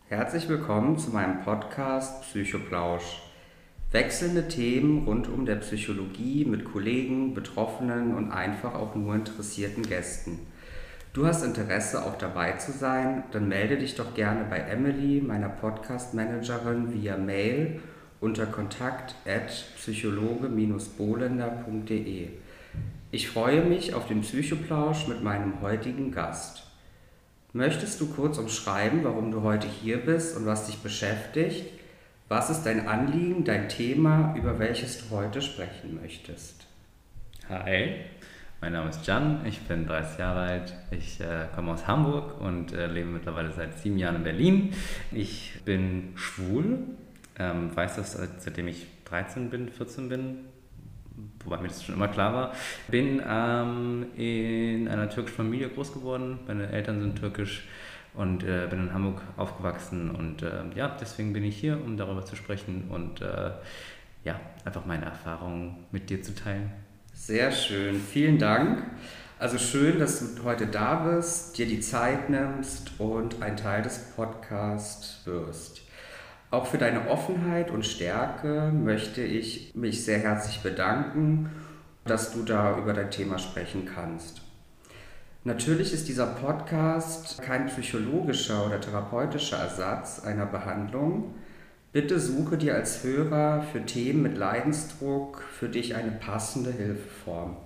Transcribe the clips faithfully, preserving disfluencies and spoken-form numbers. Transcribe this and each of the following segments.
Herzlich willkommen zu meinem Podcast Psychoplausch. Wechselnde Themen rund um der Psychologie mit Kollegen, Betroffenen und einfach auch nur interessierten Gästen. Du hast Interesse, auch dabei zu sein? Dann melde dich doch gerne bei Emily, meiner Podcast-Managerin, via Mail unter kontakt at psychologe bolender punkt de. Ich freue mich auf den Psychoplausch mit meinem heutigen Gast. Möchtest du kurz umschreiben, warum du heute hier bist und was dich beschäftigt? Was ist dein Anliegen, dein Thema, über welches du heute sprechen möchtest? Hi, mein Name ist Can, ich bin dreißig Jahre alt, ich äh, komme aus Hamburg und äh, lebe mittlerweile seit sieben Jahren in Berlin. Ich bin schwul, ähm, weiß das seit, seitdem ich dreizehn bin, vierzehn bin, wobei mir das schon immer klar war. Bin ähm, in einer türkischen Familie groß geworden, meine Eltern sind türkisch und äh, bin in Hamburg aufgewachsen und äh, ja, deswegen bin ich hier, um darüber zu sprechen und äh, ja, einfach meine Erfahrungen mit dir zu teilen. Sehr schön, vielen Dank. Also schön, dass du heute da bist, dir die Zeit nimmst und ein Teil des Podcasts wirst. Auch für deine Offenheit und Stärke möchte ich mich sehr herzlich bedanken, dass du da über dein Thema sprechen kannst. Natürlich ist dieser Podcast kein psychologischer oder therapeutischer Ersatz einer Behandlung. Bitte suche dir als Hörer für Themen mit Leidensdruck für dich eine passende Hilfeform.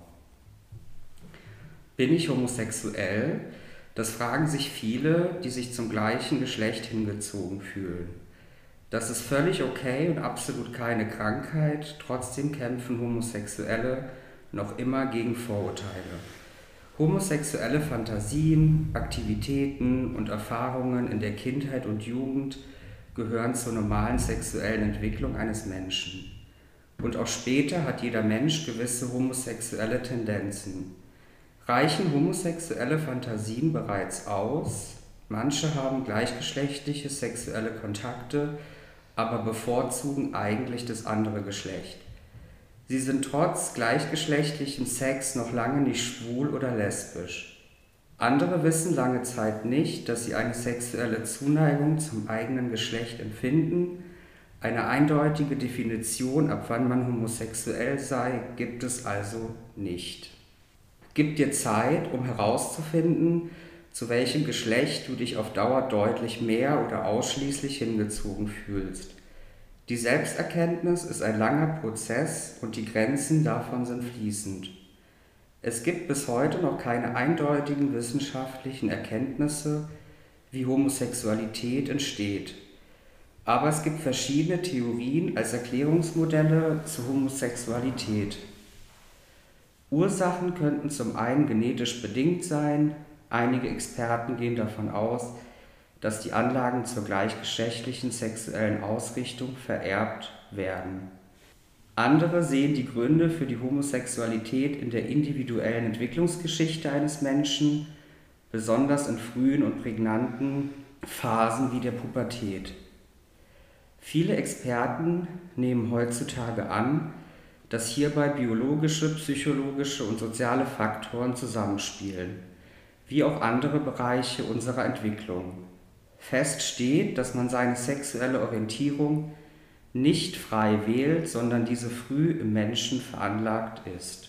Bin ich homosexuell? Das fragen sich viele, die sich zum gleichen Geschlecht hingezogen fühlen. Das ist völlig okay und absolut keine Krankheit, trotzdem kämpfen Homosexuelle noch immer gegen Vorurteile. Homosexuelle Fantasien, Aktivitäten und Erfahrungen in der Kindheit und Jugend gehören zur normalen sexuellen Entwicklung eines Menschen. Und auch später hat jeder Mensch gewisse homosexuelle Tendenzen. Reichen homosexuelle Fantasien bereits aus? Manche haben gleichgeschlechtliche sexuelle Kontakte, aber bevorzugen eigentlich das andere Geschlecht. Sie sind trotz gleichgeschlechtlichem Sex noch lange nicht schwul oder lesbisch. Andere wissen lange Zeit nicht, dass sie eine sexuelle Zuneigung zum eigenen Geschlecht empfinden. Eine eindeutige Definition, ab wann man homosexuell sei, gibt es also nicht. Gib dir Zeit, um herauszufinden, zu welchem Geschlecht du dich auf Dauer deutlich mehr oder ausschließlich hingezogen fühlst. Die Selbsterkenntnis ist ein langer Prozess und die Grenzen davon sind fließend. Es gibt bis heute noch keine eindeutigen wissenschaftlichen Erkenntnisse, wie Homosexualität entsteht. Aber es gibt verschiedene Theorien als Erklärungsmodelle zur Homosexualität. Ursachen könnten zum einen genetisch bedingt sein. Einige Experten gehen davon aus, dass die Anlagen zur gleichgeschlechtlichen sexuellen Ausrichtung vererbt werden. Andere sehen die Gründe für die Homosexualität in der individuellen Entwicklungsgeschichte eines Menschen, besonders in frühen und prägnanten Phasen wie der Pubertät. Viele Experten nehmen heutzutage an, dass hierbei biologische, psychologische und soziale Faktoren zusammenspielen, wie auch andere Bereiche unserer Entwicklung. Fest steht, dass man seine sexuelle Orientierung nicht frei wählt, sondern diese früh im Menschen veranlagt ist.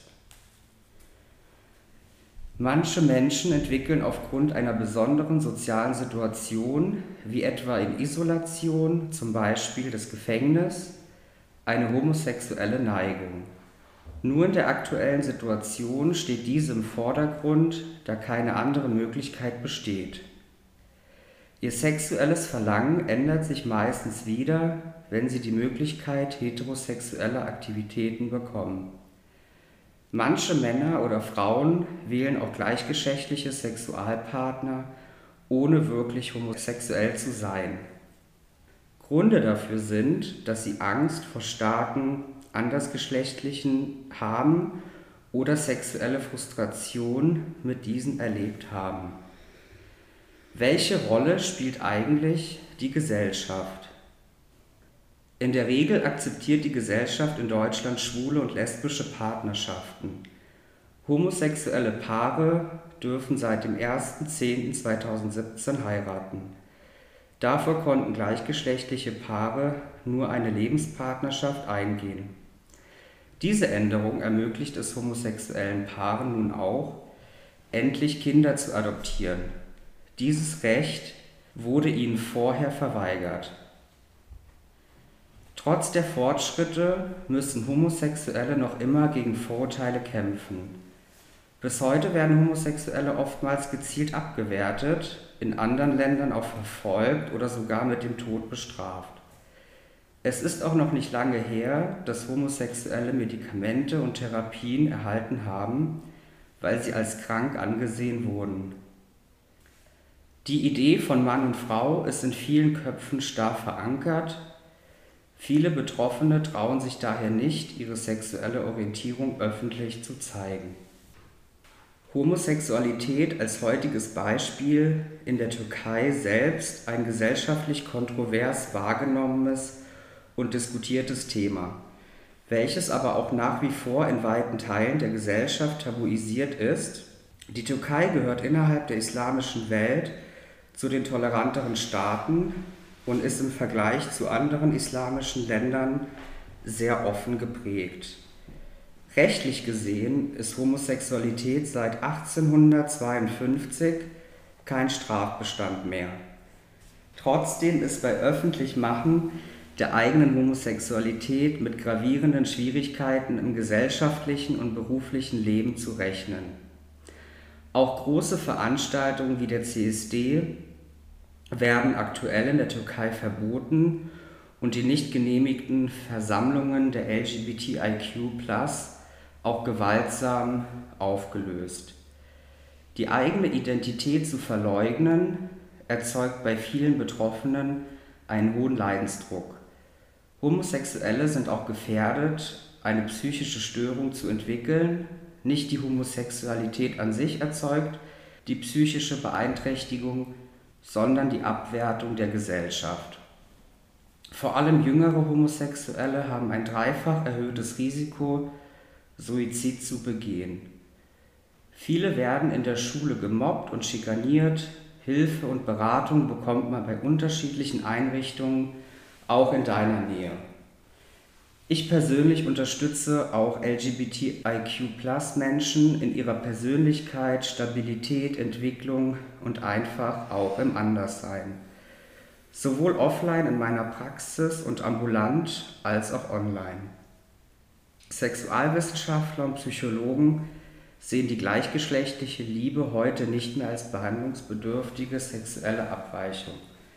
Manche Menschen entwickeln aufgrund einer besonderen sozialen Situation, wie etwa in Isolation, zum Beispiel das Gefängnis, eine homosexuelle Neigung. Nur in der aktuellen Situation steht diese im Vordergrund, da keine andere Möglichkeit besteht. Ihr sexuelles Verlangen ändert sich meistens wieder, wenn sie die Möglichkeit heterosexueller Aktivitäten bekommen. Manche Männer oder Frauen wählen auch gleichgeschlechtliche Sexualpartner, ohne wirklich homosexuell zu sein. Gründe dafür sind, dass sie Angst vor starken Andersgeschlechtlichen haben oder sexuelle Frustration mit diesen erlebt haben. Welche Rolle spielt eigentlich die Gesellschaft? In der Regel akzeptiert die Gesellschaft in Deutschland schwule und lesbische Partnerschaften. Homosexuelle Paare dürfen seit dem ersten zehnten zweitausendsiebzehn heiraten. Davor konnten gleichgeschlechtliche Paare nur eine Lebenspartnerschaft eingehen. Diese Änderung ermöglicht es homosexuellen Paaren nun auch, endlich Kinder zu adoptieren. Dieses Recht wurde ihnen vorher verweigert. Trotz der Fortschritte müssen Homosexuelle noch immer gegen Vorurteile kämpfen. Bis heute werden Homosexuelle oftmals gezielt abgewertet, in anderen Ländern auch verfolgt oder sogar mit dem Tod bestraft. Es ist auch noch nicht lange her, dass Homosexuelle Medikamente und Therapien erhalten haben, weil sie als krank angesehen wurden. Die Idee von Mann und Frau ist in vielen Köpfen starr verankert. Viele Betroffene trauen sich daher nicht, ihre sexuelle Orientierung öffentlich zu zeigen. Homosexualität als heutiges Beispiel in der Türkei selbst ein gesellschaftlich kontrovers wahrgenommenes und diskutiertes Thema, welches aber auch nach wie vor in weiten Teilen der Gesellschaft tabuisiert ist. Die Türkei gehört innerhalb der islamischen Welt zu den toleranteren Staaten und ist im Vergleich zu anderen islamischen Ländern sehr offen geprägt. Rechtlich gesehen ist Homosexualität seit achtzehnhundertzweiundfünfzig kein Strafbestand mehr. Trotzdem ist bei Öffentlichmachen der eigenen Homosexualität mit gravierenden Schwierigkeiten im gesellschaftlichen und beruflichen Leben zu rechnen. Auch große Veranstaltungen wie der C S D werden aktuell in der Türkei verboten und die nicht genehmigten Versammlungen der L G B T I Q plus auch gewaltsam aufgelöst. Die eigene Identität zu verleugnen, erzeugt bei vielen Betroffenen einen hohen Leidensdruck. Homosexuelle sind auch gefährdet, eine psychische Störung zu entwickeln. Nicht die Homosexualität an sich erzeugt die psychische Beeinträchtigung, sondern die Abwertung der Gesellschaft. Vor allem jüngere Homosexuelle haben ein dreifach erhöhtes Risiko, Suizid zu begehen. Viele werden in der Schule gemobbt und schikaniert. Hilfe und Beratung bekommt man bei unterschiedlichen Einrichtungen, auch in deiner Nähe. Ich persönlich unterstütze auch L G B T I Q plus Menschen in ihrer Persönlichkeit, Stabilität, Entwicklung und einfach auch im Anderssein. Sowohl offline in meiner Praxis und ambulant als auch online. Sexualwissenschaftler und Psychologen sehen die gleichgeschlechtliche Liebe heute nicht mehr als behandlungsbedürftige sexuelle Abweichung.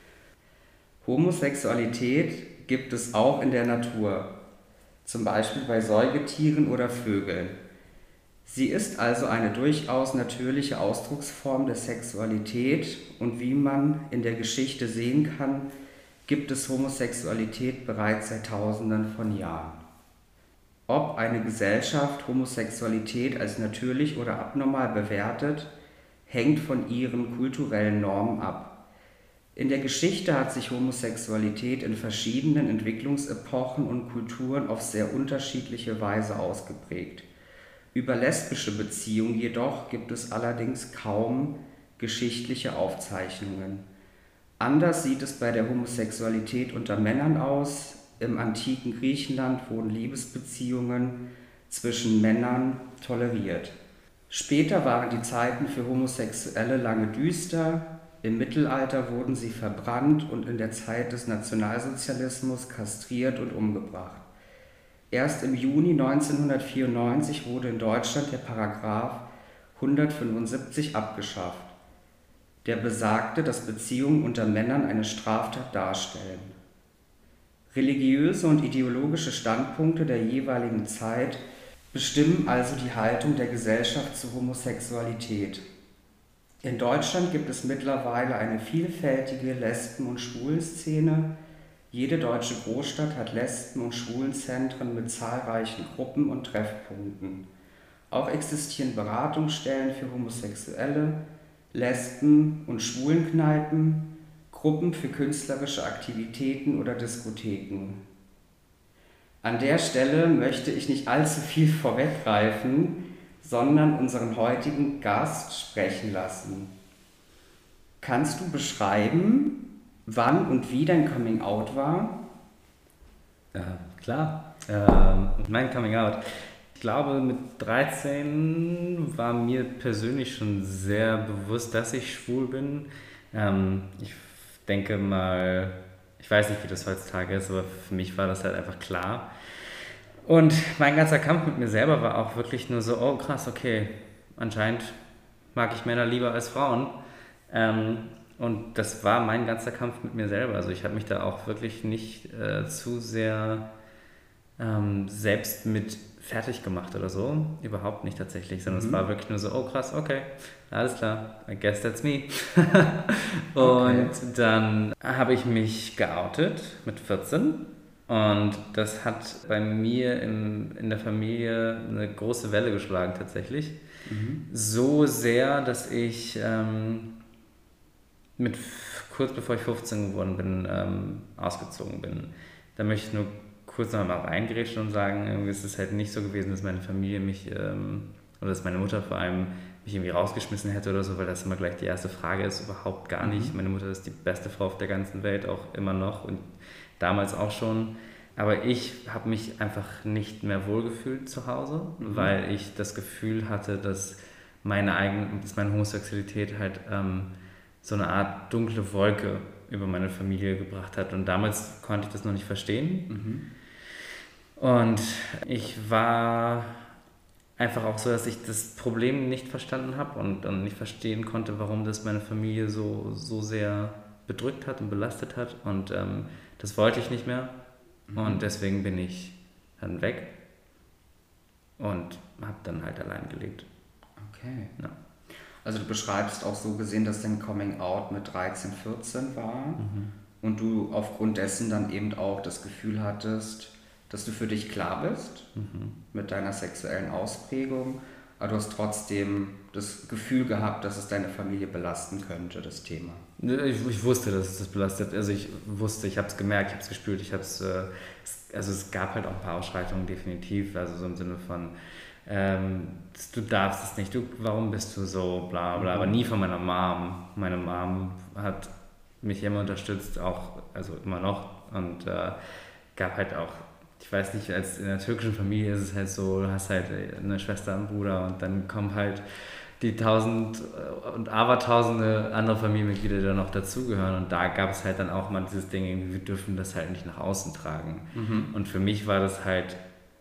Homosexualität gibt es auch in der Natur, zum Beispiel bei Säugetieren oder Vögeln. Sie ist also eine durchaus natürliche Ausdrucksform der Sexualität und wie man in der Geschichte sehen kann, gibt es Homosexualität bereits seit Tausenden von Jahren. Ob eine Gesellschaft Homosexualität als natürlich oder abnormal bewertet, hängt von ihren kulturellen Normen ab. In der Geschichte hat sich Homosexualität in verschiedenen Entwicklungsepochen und Kulturen auf sehr unterschiedliche Weise ausgeprägt. Über lesbische Beziehungen jedoch gibt es allerdings kaum geschichtliche Aufzeichnungen. Anders sieht es bei der Homosexualität unter Männern aus. Im antiken Griechenland wurden Liebesbeziehungen zwischen Männern toleriert. Später waren die Zeiten für Homosexuelle lange düster. Im Mittelalter wurden sie verbrannt und in der Zeit des Nationalsozialismus kastriert und umgebracht. Erst im Juni neunzehnhundertvierundneunzig wurde in Deutschland der Paragraph hundertfünfundsiebzig abgeschafft, der besagte, dass Beziehungen unter Männern eine Straftat darstellen. Religiöse und ideologische Standpunkte der jeweiligen Zeit bestimmen also die Haltung der Gesellschaft zur Homosexualität. In Deutschland gibt es mittlerweile eine vielfältige Lesben- und Schwulenszene. Jede deutsche Großstadt hat Lesben- und Schwulenzentren mit zahlreichen Gruppen und Treffpunkten. Auch existieren Beratungsstellen für Homosexuelle, Lesben- und Schwulenkneipen, Gruppen für künstlerische Aktivitäten oder Diskotheken. An der Stelle möchte ich nicht allzu viel vorweggreifen, sondern unseren heutigen Gast sprechen lassen. Kannst du beschreiben, wann und wie dein Coming Out war? Ja, klar. Ähm, mein Coming Out. Ich glaube, mit dreizehn war mir persönlich schon sehr bewusst, dass ich schwul bin. Ähm, ich denke mal, ich weiß nicht, wie das heutzutage ist, aber für mich war das halt einfach klar. Und mein ganzer Kampf mit mir selber war auch wirklich nur so, oh krass, okay, anscheinend mag ich Männer lieber als Frauen. Ähm, und das war mein ganzer Kampf mit mir selber. Also ich habe mich da auch wirklich nicht äh, zu sehr ähm, selbst mit fertig gemacht oder so. Überhaupt nicht tatsächlich, sondern mhm. es war wirklich nur so, oh krass, okay, alles klar, I guess that's me. Und okay. Dann habe ich mich geoutet mit vierzehn. Und das hat bei mir in, in der Familie eine große Welle geschlagen tatsächlich. Mhm. So sehr, dass ich ähm, mit, kurz bevor ich fünfzehn geworden bin, ähm, ausgezogen bin. Da möchte ich nur kurz noch mal reingrätschen und sagen, es ist halt nicht so gewesen, dass meine Familie mich, ähm, oder dass meine Mutter vor allem mich irgendwie rausgeschmissen hätte oder so, weil das immer gleich die erste Frage ist, überhaupt gar nicht. Mhm. Meine Mutter ist die beste Frau auf der ganzen Welt, auch immer noch und damals auch schon. Aber ich habe mich einfach nicht mehr wohlgefühlt zu Hause, mhm. weil ich das Gefühl hatte, dass meine eigene, dass meine Homosexualität halt ähm, so eine Art dunkle Wolke über meine Familie gebracht hat. Und damals konnte ich das noch nicht verstehen. Mhm. Und ich war einfach auch so, dass ich das Problem nicht verstanden habe und, und nicht verstehen konnte, warum das meine Familie so, so sehr bedrückt hat und belastet hat. Und ähm, das wollte ich nicht mehr. Mhm. Und deswegen bin ich dann weg und habe dann halt allein gelebt. Okay. Ja. Also du beschreibst auch so gesehen, dass dein Coming Out mit dreizehn, vierzehn war mhm. und du aufgrund dessen dann eben auch das Gefühl hattest, dass du für dich klar bist mhm. mit deiner sexuellen Ausprägung, aber du hast trotzdem das Gefühl gehabt, dass es deine Familie belasten könnte, das Thema. Ich, ich wusste, dass es das belastet. Also ich wusste, ich habe es gemerkt, ich habe es gespürt, ich habe es, äh, also es gab halt auch ein paar Ausschreitungen definitiv, also so im Sinne von, ähm, du darfst es nicht, du, warum bist du so, bla bla, mhm. aber nie von meiner Mom. Meine Mom hat mich immer unterstützt, auch, also immer noch und äh, gab halt auch, ich weiß nicht, als in der türkischen Familie ist es halt so, du hast halt eine Schwester, einen Bruder und dann kommen halt die tausend und abertausende andere Familienmitglieder, die da noch dazugehören und da gab es halt dann auch mal dieses Ding, wir dürfen das halt nicht nach außen tragen. Mhm. Und für mich war das halt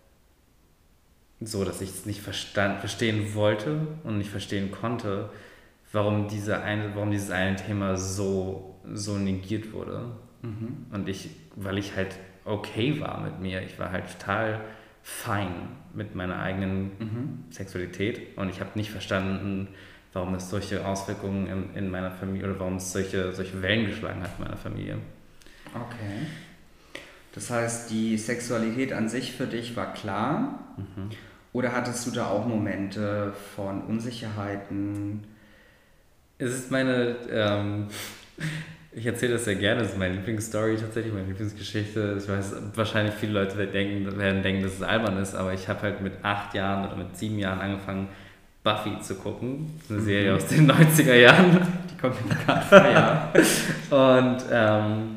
so, dass ich es nicht verstand, verstehen wollte und nicht verstehen konnte, warum, diese eine, warum dieses eine Thema so, so negiert wurde. Mhm. Und ich, weil ich halt okay war mit mir, ich war halt total fein mit meiner eigenen mhm. Sexualität und ich habe nicht verstanden, warum das solche Auswirkungen in, in meiner Familie oder warum es solche, solche Wellen geschlagen hat in meiner Familie. Okay. Das heißt, die Sexualität an sich für dich war klar mhm. oder hattest du da auch Momente von Unsicherheiten? Es ist meine, ähm, ich erzähle das sehr gerne, das ist meine Lieblingsstory tatsächlich, meine Lieblingsgeschichte. Ich weiß, wahrscheinlich viele Leute werden denken, werden denken, dass es albern ist, aber ich habe halt mit acht Jahren oder mit sieben Jahren angefangen, Buffy zu gucken. Eine Serie mhm. aus den neunziger Jahren. Die kommt mir bekannt vor, ja. Und ähm,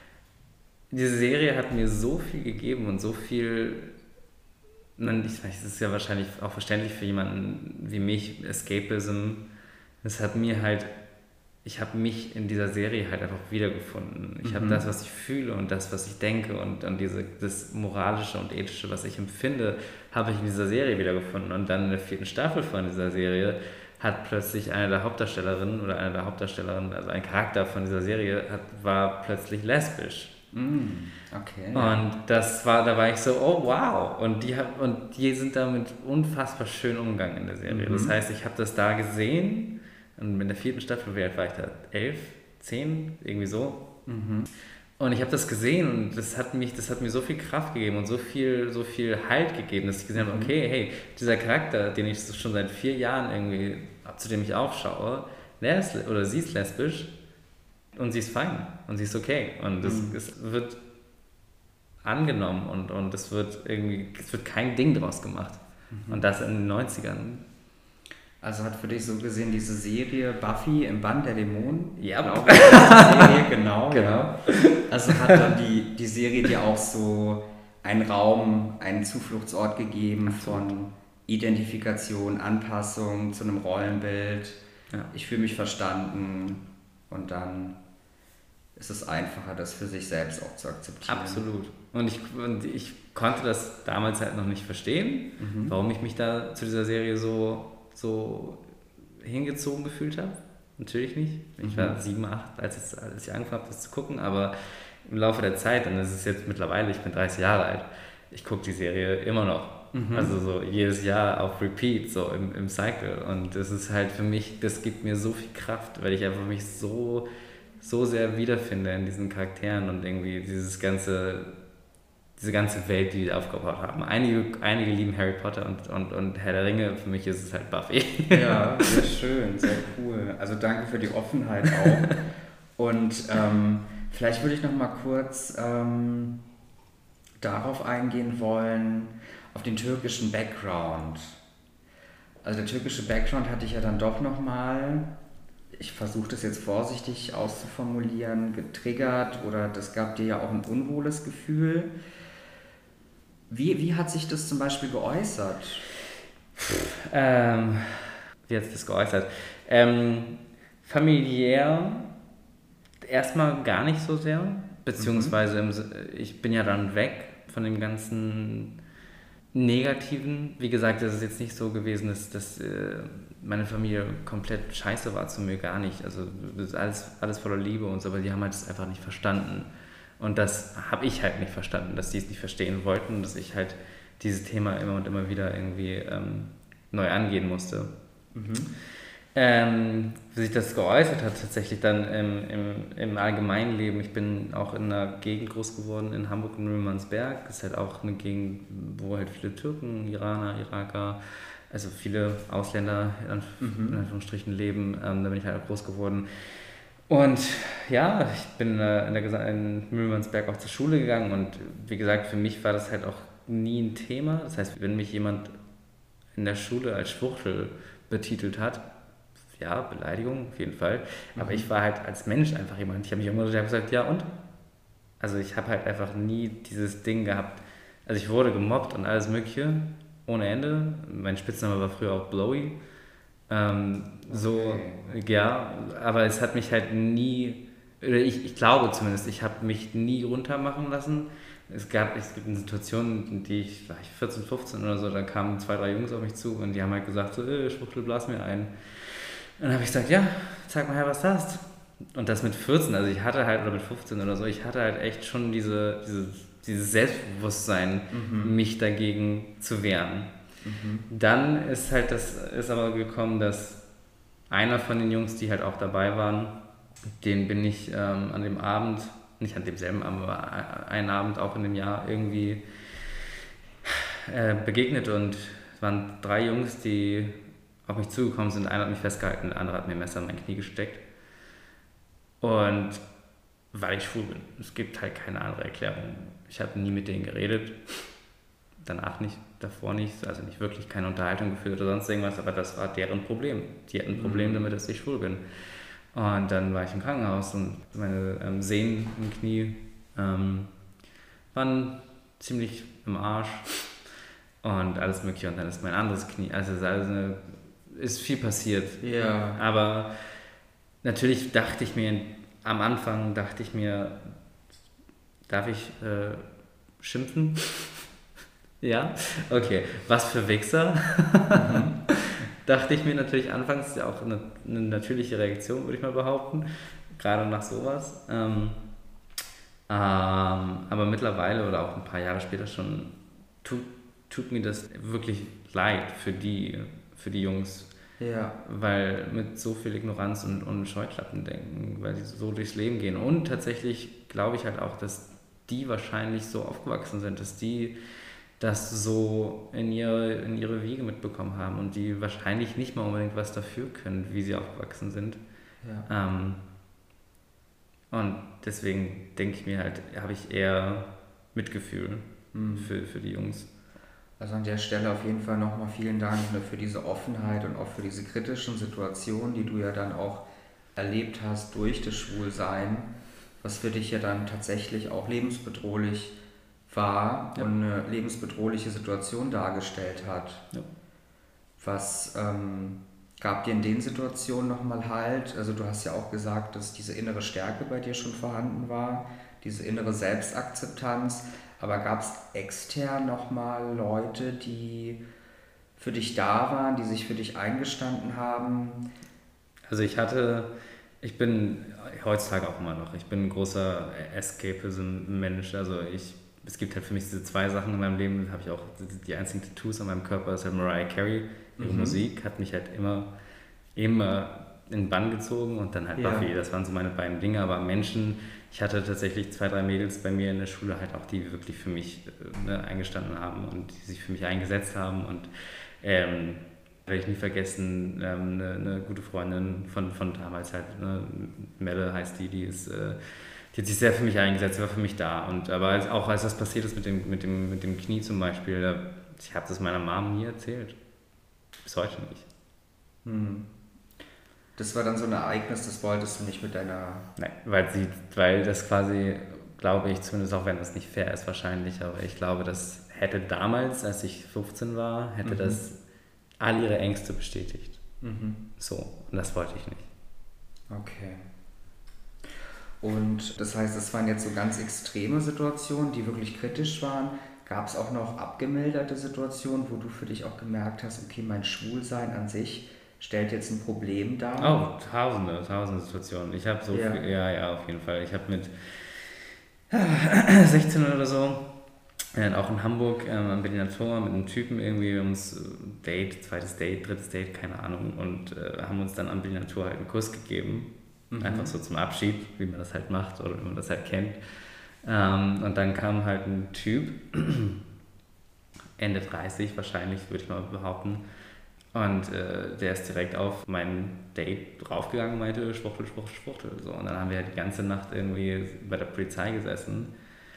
diese Serie hat mir so viel gegeben und so viel, ich weiß, es ist ja wahrscheinlich auch verständlich für jemanden wie mich, Escapism. Es hat mir halt, ich habe mich in dieser Serie halt einfach wiedergefunden. Ich mhm. habe das, was ich fühle und das, was ich denke und, und diese, das Moralische und Ethische, was ich empfinde, habe ich in dieser Serie wiedergefunden. Und dann in der vierten Staffel von dieser Serie hat plötzlich eine der Hauptdarstellerinnen oder eine der Hauptdarstellerinnen, also ein Charakter von dieser Serie, hat, war plötzlich lesbisch. Okay. Und das war, da war ich so, oh wow. Und die, und die sind damit unfassbar schön umgegangen in der Serie. Mhm. Das heißt, ich habe das da gesehen und in der vierten Staffel, wie alt war ich da? Elf? Zehn? Irgendwie so. Mhm. Und ich habe das gesehen und das hat mich, das hat mir so viel Kraft gegeben und so viel, so viel Halt gegeben, dass ich gesehen habe, okay, hey, dieser Charakter, den ich schon seit vier Jahren irgendwie, zu dem ich aufschaue, der ist, oder sie ist lesbisch und sie ist fein und sie ist okay. Und das, mhm. es wird angenommen und, und es wird irgendwie, es wird kein Ding draus gemacht. Mhm. Und das in den neunzigern. Also hat für dich so gesehen diese Serie Buffy im Band der Dämonen? Ja, glaube ich, diese Serie, genau. genau. Ja. Also hat dann die, die Serie dir auch so einen Raum, einen Zufluchtsort gegeben Absolut. von Identifikation, Anpassung zu einem Rollenbild. Ja. Ich fühle mich verstanden und dann ist es einfacher, das für sich selbst auch zu akzeptieren. Absolut. Und ich, und ich konnte das damals halt noch nicht verstehen, mhm. warum ich mich da zu dieser Serie so, so hingezogen gefühlt habe. Natürlich nicht. Ich mhm. war sieben, acht, als, es, als ich angefangen habe, das zu gucken, aber im Laufe der Zeit, und das ist jetzt mittlerweile, ich bin dreißig Jahre alt, ich gucke die Serie immer noch. Mhm. Also so jedes Jahr auf Repeat, so im, im Cycle. Und das ist halt für mich, das gibt mir so viel Kraft, weil ich einfach mich so, so sehr wiederfinde in diesen Charakteren und irgendwie dieses ganze, diese ganze Welt, die die aufgebaut haben. Einige, einige lieben Harry Potter und, und, und Herr der Ringe, für mich ist es halt Buffy. Ja, sehr schön, sehr cool. Also danke für die Offenheit auch. Und ähm, vielleicht würde ich noch mal kurz ähm, darauf eingehen wollen, auf den türkischen Background. Also der türkische Background hatte ich ja dann doch noch mal, ich versuche das jetzt vorsichtig auszuformulieren, getriggert oder das gab dir ja auch ein unwohles Gefühl. Wie, wie hat sich das zum Beispiel geäußert? Ähm, wie hat sich das geäußert? Ähm, familiär erstmal gar nicht so sehr, beziehungsweise mhm. im, ich bin ja dann weg von dem ganzen Negativen. Wie gesagt, das ist jetzt nicht so gewesen, dass, dass äh, meine Familie komplett scheiße war zu mir, gar nicht. Also das ist alles, alles voller Liebe und so, aber die haben halt das einfach nicht verstanden. Und das habe ich halt nicht verstanden, dass die es nicht verstehen wollten, dass ich halt dieses Thema immer und immer wieder irgendwie ähm, neu angehen musste. Mhm. Ähm, wie sich das geäußert hat, tatsächlich dann im, im, im allgemeinen Leben. Ich bin auch in einer Gegend groß geworden, in Hamburg und Mühlmannsberg. Das ist halt auch eine Gegend, wo halt viele Türken, Iraner, Iraker, also viele Ausländer in, mhm. in Anführungsstrichen leben. Ähm, da bin ich halt auch groß geworden. Und ja, ich bin äh, in, der, in Mühlmannsberg auch zur Schule gegangen und wie gesagt, für mich war das halt auch nie ein Thema. Das heißt, wenn mich jemand in der Schule als Schwuchtel betitelt hat, ja, Beleidigung auf jeden Fall, aber mhm. ich war halt als Mensch einfach jemand, ich habe mich irgendwann gesagt, ja und? Also ich habe halt einfach nie dieses Ding gehabt, also ich wurde gemobbt und alles mögliche, ohne Ende. Mein Spitzname war früher auch Blowy. Ähm, okay. So, ja, aber es hat mich halt nie, oder ich, ich glaube zumindest, ich habe mich nie runtermachen lassen. Es gab, es gibt eine Situation, in die ich, war ich vierzehn, fünfzehn oder so, da kamen zwei, drei Jungs auf mich zu und die haben halt gesagt so, äh, Schwuchtel, blas mir ein. Und dann habe ich gesagt, ja, zeig mal her, was du hast. Und das mit vierzehn, also ich hatte halt, oder mit fünfzehn oder so, ich hatte halt echt schon diese, diese, dieses Selbstbewusstsein, mhm. mich dagegen zu wehren. Mhm. Dann ist halt das, ist aber gekommen, dass einer von den Jungs, die halt auch dabei waren, den bin ich ähm, an dem Abend, nicht an demselben Abend, aber einen Abend auch in dem Jahr irgendwie äh, begegnet und es waren drei Jungs, die auf mich zugekommen sind. Einer hat mich festgehalten, der andere hat mir ein Messer in mein Knie gesteckt. Und weil ich schwul bin. Es gibt halt keine andere Erklärung. Ich habe nie mit denen geredet. Danach nicht, davor nicht. Also nicht wirklich keine Unterhaltung geführt oder sonst irgendwas. Aber das war deren Problem. Die hatten ein Problem damit, dass ich schwul bin. Und dann war ich im Krankenhaus und meine ähm, Sehnen im Knie ähm, waren ziemlich im Arsch. Und alles mögliche. Und dann ist mein anderes Knie. Also es ist alles eine ist viel passiert. Ja. Aber natürlich dachte ich mir, am Anfang dachte ich mir, darf ich äh, schimpfen? Ja? Okay. Was für Wichser? Mhm. Dachte ich mir natürlich anfangs, ja auch eine, eine natürliche Reaktion, würde ich mal behaupten. Gerade nach sowas. Ähm, ähm, aber mittlerweile oder auch ein paar Jahre später schon tut, tut mir das wirklich leid für die für die Jungs, ja. Weil mit so viel Ignoranz und, und Scheuklappen denken, weil sie so durchs Leben gehen. Und tatsächlich glaube ich halt auch, dass die wahrscheinlich so aufgewachsen sind, dass die das so in ihre, in ihre Wiege mitbekommen haben und die wahrscheinlich nicht mal unbedingt was dafür können, wie sie aufgewachsen sind. Ja. Ähm, und deswegen denke ich mir halt, habe ich eher Mitgefühl mhm. für, für die Jungs. Also an der Stelle auf jeden Fall nochmal vielen Dank, ne, für diese Offenheit und auch für diese kritischen Situationen, die du ja dann auch erlebt hast durch das Schwulsein, was für dich ja dann tatsächlich auch lebensbedrohlich war Ja. und eine lebensbedrohliche Situation dargestellt hat. Ja. Was ähm, gab dir in den Situationen nochmal Halt? Also du hast ja auch gesagt, dass diese innere Stärke bei dir schon vorhanden war, diese innere Selbstakzeptanz. Aber gab es extern nochmal Leute, die für dich da waren, die sich für dich eingestanden haben? Also ich hatte, ich bin heutzutage auch immer noch, ich bin ein großer Escapism-Mensch, also ich, es gibt halt für mich diese zwei Sachen in meinem Leben, habe ich auch, die einzigen Tattoos an meinem Körper ist halt Mariah Carey, ihre Mhm. Musik hat mich halt immer, immer in den Bann gezogen und dann halt Ja. Buffy, das waren so meine beiden Dinge, aber Menschen, ich hatte tatsächlich zwei, drei Mädels bei mir in der Schule halt auch, die wirklich für mich äh, ne, eingestanden haben und die sich für mich eingesetzt haben und ähm, werde ich nie vergessen, ähm, eine, eine gute Freundin von, von damals halt, ne, Melle heißt die, die ist, äh, die hat sich sehr für mich eingesetzt, war für mich da. Und aber als, auch als das passiert ist mit dem, mit dem, mit dem Knie zum Beispiel, da, ich habe das meiner Mom nie erzählt. Bis heute nicht. Hm. Das war dann so ein Ereignis, das wolltest du nicht mit deiner... Nein, weil sie, weil das quasi, glaube ich, zumindest auch wenn das nicht fair ist wahrscheinlich, aber ich glaube, das hätte damals, als ich fünfzehn war, hätte Mhm. das all ihre Ängste bestätigt. Mhm. So, und das wollte ich nicht. Okay. Und das heißt, es waren jetzt so ganz extreme Situationen, die wirklich kritisch waren. Gab es auch noch abgemilderte Situationen, wo du für dich auch gemerkt hast, okay, mein Schwulsein an sich stellt jetzt ein Problem dar? Oh, tausende, tausende Situationen. Ich habe so Ja. viel, ja, ja, auf jeden Fall. Ich habe mit sechzehn oder so, äh, auch in Hamburg ähm, am Berliner Tor mit einem Typen irgendwie, wir haben uns äh, Date, zweites Date, drittes Date, keine Ahnung, und äh, haben uns dann am Berliner Tor halt einen Kuss gegeben. Mhm. Einfach so zum Abschied, wie man das halt macht oder wie man das halt kennt. Ähm, und dann kam halt ein Typ, Ende dreißig wahrscheinlich, würde ich mal behaupten. Und äh, der ist direkt auf mein Date draufgegangen und meinte, Schwuchtel, Schwuchtel, Schwuchtel. So. Und dann haben wir halt die ganze Nacht irgendwie bei der Polizei gesessen,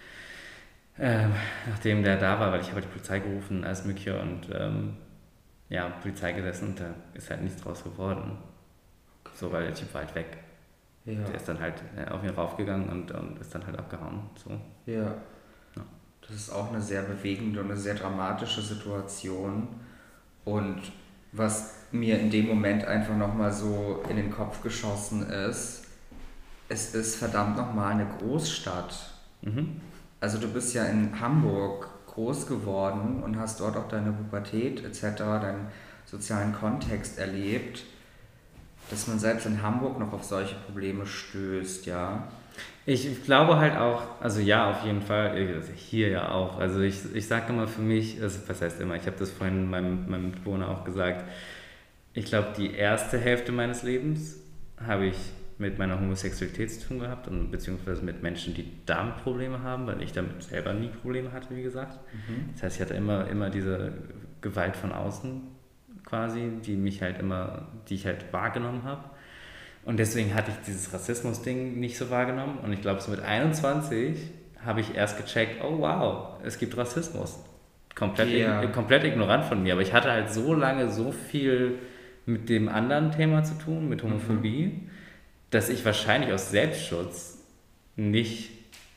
ähm, nachdem der da war, weil ich habe die Polizei gerufen, alles mögliche und ähm, ja, Polizei gesessen und da ist halt nichts draus geworden. So, weil der Typ war halt weg. Ja. Der ist dann halt äh, auf ihn raufgegangen und, und ist dann halt abgehauen. So. Ja. Ja. Das ist auch eine sehr bewegende und eine sehr dramatische Situation. Und was mir in dem Moment einfach nochmal so in den Kopf geschossen ist, es ist verdammt nochmal eine Großstadt. Mhm. Also du bist ja in Hamburg groß geworden und hast dort auch deine Pubertät et cetera, deinen sozialen Kontext erlebt, dass man selbst in Hamburg noch auf solche Probleme stößt, ja. Ich glaube halt auch, also ja, auf jeden Fall, also hier ja auch. Also ich, ich sage immer für mich, also was heißt immer, ich habe das vorhin meinem, meinem Mitbewohner auch gesagt, ich glaube, die erste Hälfte meines Lebens habe ich mit meiner Homosexualität zu tun gehabt und beziehungsweise mit Menschen, die damit Probleme haben, weil ich damit selber nie Probleme hatte, wie gesagt. Mhm. Das heißt, ich hatte immer, immer diese Gewalt von außen quasi, die mich halt immer, die ich halt wahrgenommen habe. Und deswegen hatte ich dieses Rassismus-Ding nicht so wahrgenommen. Und ich glaube, so mit einundzwanzig habe ich erst gecheckt, oh wow, es gibt Rassismus. Komplett, Ja. ig- komplett ignorant von mir. Aber ich hatte halt so lange so viel mit dem anderen Thema zu tun, mit Homophobie, dass ich wahrscheinlich aus Selbstschutz nicht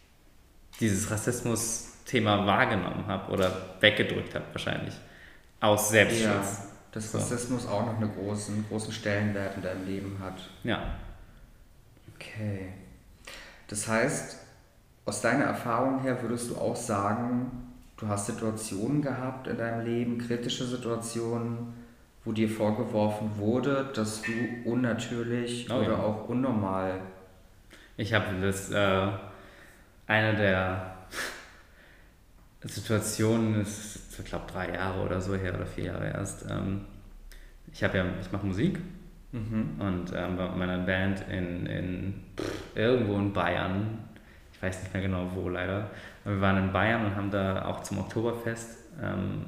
dieses Rassismus-Thema wahrgenommen habe oder weggedrückt habe, wahrscheinlich. Aus Ja, Selbstschutz. dass So. Rassismus auch noch einen großen, großen Stellenwert in deinem Leben hat. Ja. Okay. Das heißt, aus deiner Erfahrung her würdest du auch sagen, du hast Situationen gehabt in deinem Leben, kritische Situationen, wo dir vorgeworfen wurde, dass du unnatürlich Oh oder ja. auch unnormal... Ich habe das, äh, eine der Situationen, das ist, ich glaube, drei Jahre oder so her oder vier Jahre erst. Ähm, ich habe ja, ich mache Musik Mhm. und ähm, war mit meiner Band in, in pff, irgendwo in Bayern, ich weiß nicht mehr genau wo leider, aber wir waren in Bayern und haben da auch zum Oktoberfest ähm,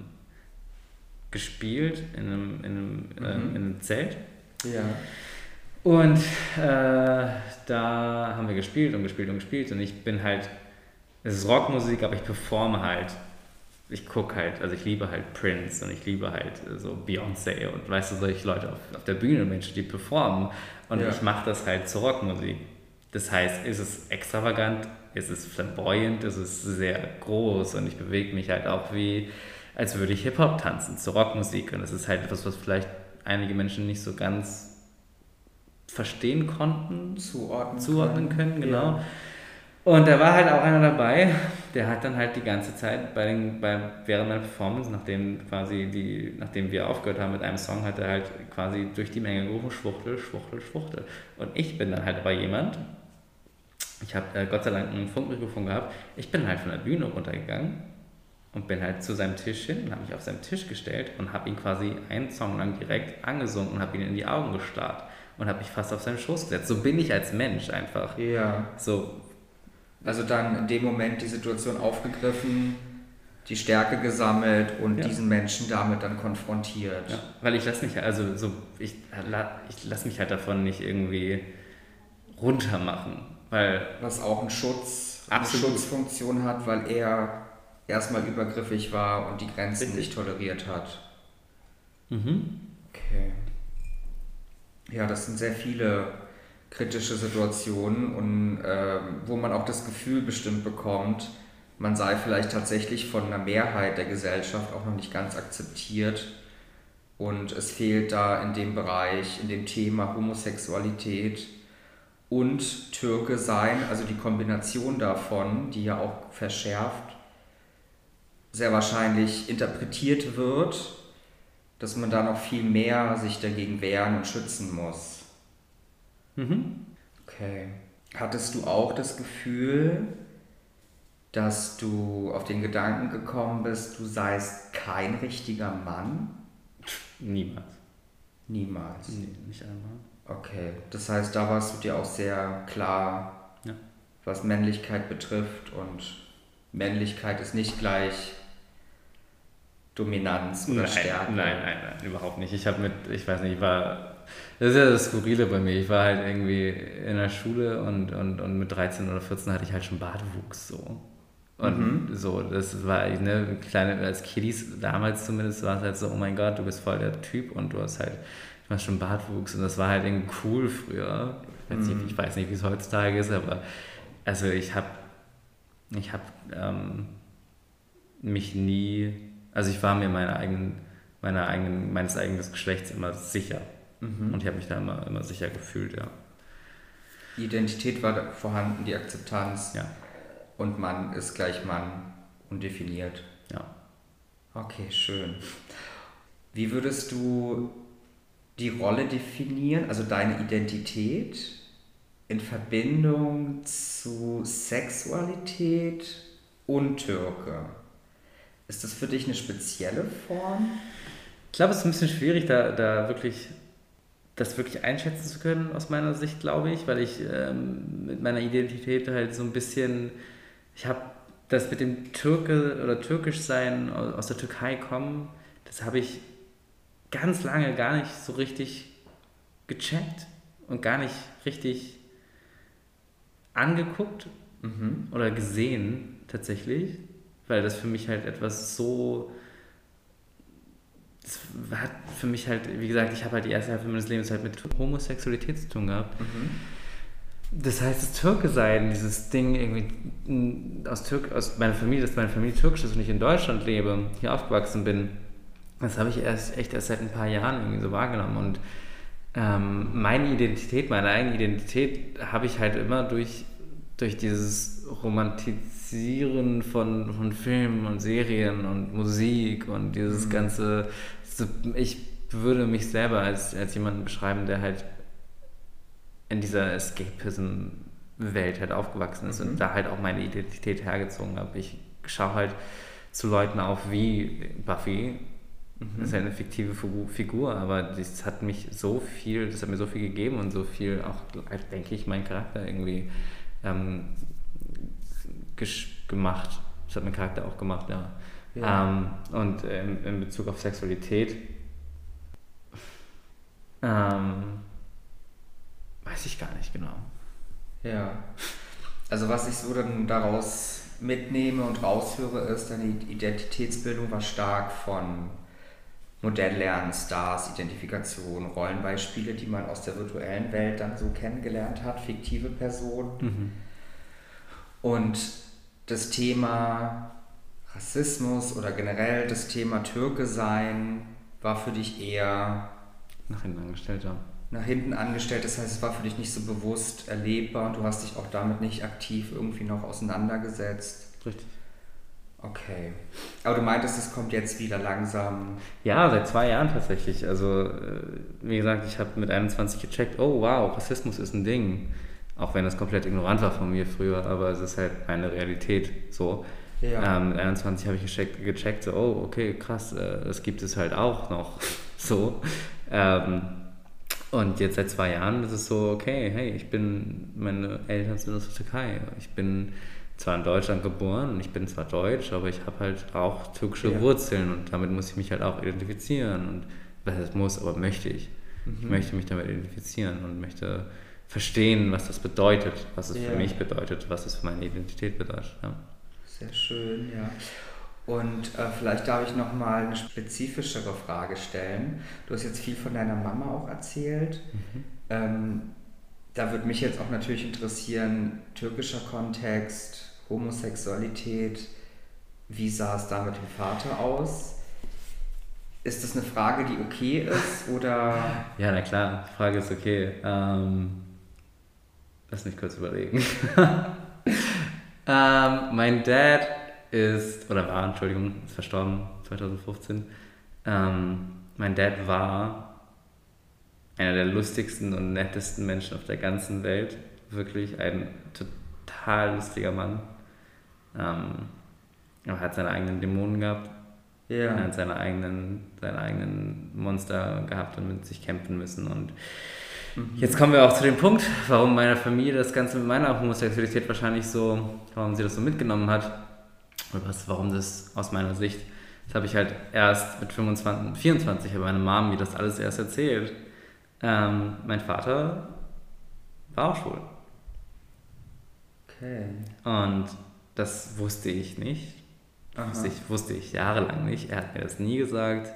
gespielt in einem, in einem, ähm, Mhm. in einem Zelt. Ja. Und äh, da haben wir gespielt und gespielt und gespielt und ich bin halt, es ist Rockmusik, aber ich performe halt ich gucke halt, also ich liebe halt Prince und ich liebe halt so Beyoncé und weißt du, solche Leute auf, auf der Bühne, Menschen, die performen und ja. ich mache das halt zur Rockmusik. Das heißt, ist es extravagant, ist es flamboyant, ist es sehr groß und ich bewege mich halt auch wie, als würde ich Hip-Hop tanzen zur Rockmusik und das ist halt etwas, was vielleicht einige Menschen nicht so ganz verstehen konnten, zuordnen, zuordnen können, können genau. Ja. Und da war halt auch einer dabei, der hat dann halt die ganze Zeit bei den, bei, während meiner Performance, nachdem quasi die, nachdem wir aufgehört haben mit einem Song, hat er halt quasi durch die Menge gerufen, Schwuchtel, Schwuchtel, Schwuchtel. Und ich bin dann halt aber jemand, ich habe äh, Gott sei Dank ein Funkmikrofon gehabt, ich bin halt von der Bühne runtergegangen und bin halt zu seinem Tisch hin und habe mich auf seinen Tisch gestellt und habe ihn quasi einen Song lang direkt angesungen und habe ihn in die Augen gestarrt und habe mich fast auf seinen Schoß gesetzt. So bin ich als Mensch einfach. Ja. So. Also dann in dem Moment die Situation aufgegriffen, die Stärke gesammelt und ja. diesen Menschen damit dann konfrontiert. Ja, weil ich lasse mich, also so, ich, ich lasse mich halt davon nicht irgendwie runtermachen. Weil was auch einen Schutz, eine Schutzfunktion hat, weil er erstmal übergriffig war und die Grenzen Richtig. nicht toleriert hat. Mhm. Okay. Ja, das sind sehr viele kritische Situationen und äh, wo man auch das Gefühl bestimmt bekommt, man sei vielleicht tatsächlich von einer Mehrheit der Gesellschaft auch noch nicht ganz akzeptiert und es fehlt da in dem Bereich, in dem Thema Homosexualität und Türke sein, also die Kombination davon, die ja auch verschärft sehr wahrscheinlich interpretiert wird, dass man da noch viel mehr sich dagegen wehren und schützen muss. Mhm. Okay. Hattest du auch das Gefühl, dass du auf den Gedanken gekommen bist, du seist kein richtiger Mann? Niemals. Niemals? Nee, nicht einmal. Okay, das heißt, da warst du dir auch sehr klar, ja. was Männlichkeit betrifft und Männlichkeit ist nicht gleich Dominanz oder nein, Stärke. Nein, nein, nein, überhaupt nicht. Ich habe mit, ich weiß nicht, ich war, das ist ja das Skurrile bei mir, ich war halt irgendwie in der Schule und, und, und mit dreizehn oder vierzehn hatte ich halt schon Bartwuchs so. Und mhm. so, das war eine kleine, als Kiddies damals zumindest war es halt so, oh mein Gott, du bist voll der Typ und du hast halt, du hast schon Bartwuchs und das war halt irgendwie cool früher. Ich weiß nicht, mhm. ich weiß nicht wie es heutzutage ist, aber also ich habe ich habe ähm, mich nie, also ich war mir meiner eigenen, meiner eigenen, meines eigenen Geschlechts immer sicher. Mhm. Und ich habe mich da immer, immer sicher gefühlt, ja. Die Identität war vorhanden, die Akzeptanz. Ja. Und Mann ist gleich Mann und definiert. Ja. Okay, schön. Wie würdest du die Rolle definieren, also deine Identität in Verbindung zu Sexualität und Türke? Ist das für dich eine spezielle Form? Ich glaube, es ist ein bisschen schwierig, da, da wirklich das wirklich einschätzen zu können, aus meiner Sicht, glaube ich, weil ich ähm, mit meiner Identität halt so ein bisschen, ich habe das mit dem Türke oder türkisch sein, aus der Türkei kommen, das habe ich ganz lange gar nicht so richtig gecheckt und gar nicht richtig angeguckt mhm. oder gesehen tatsächlich, weil das für mich halt etwas so, das hat für mich halt, wie gesagt, ich habe halt die erste Hälfte meines Lebens halt mit Homosexualität zu tun gehabt. Mhm. Das heißt, das Türke sein, dieses Ding irgendwie aus, Türk, aus meiner Familie, dass meine Familie türkisch ist und ich in Deutschland lebe, hier aufgewachsen bin, das habe ich erst echt erst seit ein paar Jahren irgendwie so wahrgenommen und ähm, meine Identität, meine eigene Identität habe ich halt immer durch, durch dieses Romantisieren von, von Filmen und Serien und Musik und dieses mhm. ganze, ich würde mich selber als, als jemanden beschreiben, der halt in dieser Escapism-Welt halt aufgewachsen ist mhm. und da halt auch meine Identität hergezogen habe. Ich schaue halt zu Leuten auf wie Buffy. Mhm. Das ist ja eine fiktive Figur, aber das hat mich so viel, das hat mir so viel gegeben und so viel auch, denke ich, meinen Charakter irgendwie ähm, gemacht. Das hat meinen Charakter auch gemacht, ja. ja. Ähm, und in, in Bezug auf Sexualität ähm, weiß ich gar nicht genau. Ja. Also was ich so dann daraus mitnehme und raushöre, ist, deine Identitätsbildung war stark von Modelllernen, Stars, Identifikation, Rollenbeispiele, die man aus der virtuellen Welt dann so kennengelernt hat, fiktive Personen. Mhm. Und das Thema Rassismus oder generell das Thema Türke sein war für dich eher Nach hinten angestellt, ja. nach hinten angestellt. Das heißt, es war für dich nicht so bewusst erlebbar und du hast dich auch damit nicht aktiv irgendwie noch auseinandergesetzt. Richtig. Okay. Aber du meintest, es kommt jetzt wieder langsam. Ja, seit zwei Jahren tatsächlich. Also, äh, wie gesagt, ich habe mit einundzwanzig gecheckt, oh wow, Rassismus ist ein Ding. Auch wenn das komplett ignorant war von mir früher, aber es ist halt eine Realität so. Ja. Ähm, mit einundzwanzig habe ich gecheckt, gecheckt, so, oh, okay, krass, äh, das gibt es halt auch noch so. Ähm, und jetzt seit zwei Jahren ist es so, okay, hey, ich bin, meine Eltern sind aus der Türkei. Ich bin zwar in Deutschland geboren und ich bin zwar deutsch, aber ich habe halt auch türkische Ja. Wurzeln und damit muss ich mich halt auch identifizieren. Und was heißt muss, aber möchte ich. Mhm. Ich möchte mich damit identifizieren und möchte verstehen, was das bedeutet, was es Ja. für mich bedeutet, was es für meine Identität bedeutet. Ja. Sehr schön, ja. Und äh, vielleicht darf ich nochmal eine spezifischere Frage stellen. Du hast jetzt viel von deiner Mama auch erzählt. Mhm. Ähm, da würde mich jetzt auch natürlich interessieren, türkischer Kontext, Homosexualität, wie sah es da mit dem Vater aus? Ist das eine Frage, die okay ist oder? Ja, na klar, die Frage ist okay. Ähm, lass mich kurz überlegen. ähm, mein Dad ist, oder war, Entschuldigung, ist verstorben, zwanzig fünfzehn. Ähm, mein Dad war einer der lustigsten und nettesten Menschen auf der ganzen Welt. Wirklich ein total lustiger Mann. Ähm, er hat seine eigenen Dämonen gehabt. Ja. Er hat seine eigenen, seine eigenen Monster gehabt und mit sich kämpfen müssen. Und mhm. jetzt kommen wir auch zu dem Punkt, warum meine Familie das Ganze mit meiner Homosexualität wahrscheinlich so, warum sie das so mitgenommen hat. Oder was, warum das aus meiner Sicht, das habe ich halt erst mit fünfundzwanzig, vierundzwanzig, habe meine Mom mir das alles erst erzählt. Ähm, mein Vater war auch schwul. Okay. Und das wusste ich nicht. Das ich, wusste ich jahrelang nicht. Er hat mir das nie gesagt.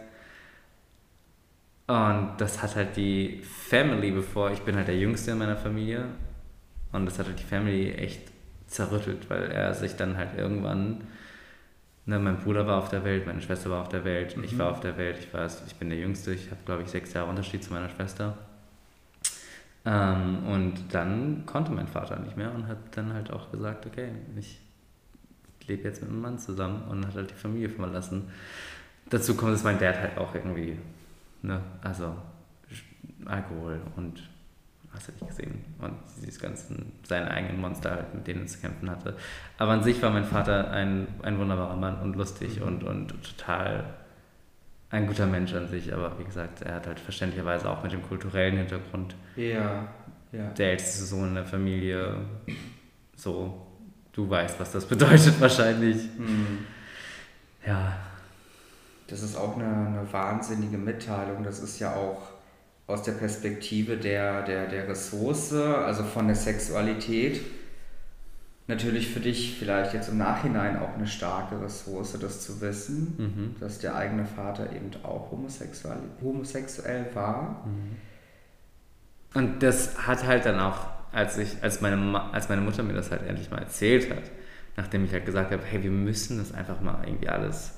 Und das hat halt die Family, bevor ich bin halt der Jüngste in meiner Familie. Und das hat halt die Family echt zerrüttelt, weil er sich dann halt irgendwann, ne, mein Bruder war auf der Welt, meine Schwester war auf der Welt, mhm. ich war auf der Welt, ich war, ich bin der Jüngste, ich habe glaube ich sechs Jahre Unterschied zu meiner Schwester. Ähm, und dann konnte mein Vater nicht mehr und hat dann halt auch gesagt, okay, ich lebe jetzt mit einem Mann zusammen und hat halt die Familie verlassen. Dazu kommt, dass mein Dad halt auch irgendwie, ne, also Alkohol und hast du nicht gesehen und dieses ganzen, seine eigenen Monster halt, mit denen er zu kämpfen hatte. Aber an sich war mein Vater ein, ein wunderbarer Mann und lustig mhm. und, und total ein guter Mensch an sich, aber wie gesagt, er hat halt verständlicherweise auch mit dem kulturellen Hintergrund, ja, ja. der älteste Sohn in der Familie, so, du weißt, was das bedeutet wahrscheinlich. Mhm. Ja. Das ist auch eine, eine wahnsinnige Mitteilung, das ist ja auch aus der Perspektive der, der, der Ressource, also von der Sexualität, natürlich für dich vielleicht jetzt im Nachhinein auch eine starke Ressource, das zu wissen, mhm. dass der eigene Vater eben auch homosexuell, homosexuell war. Mhm. Und das hat halt dann auch, als, ich, als, meine, als meine Mutter mir das halt endlich mal erzählt hat, nachdem ich halt gesagt habe, hey, wir müssen das einfach mal irgendwie alles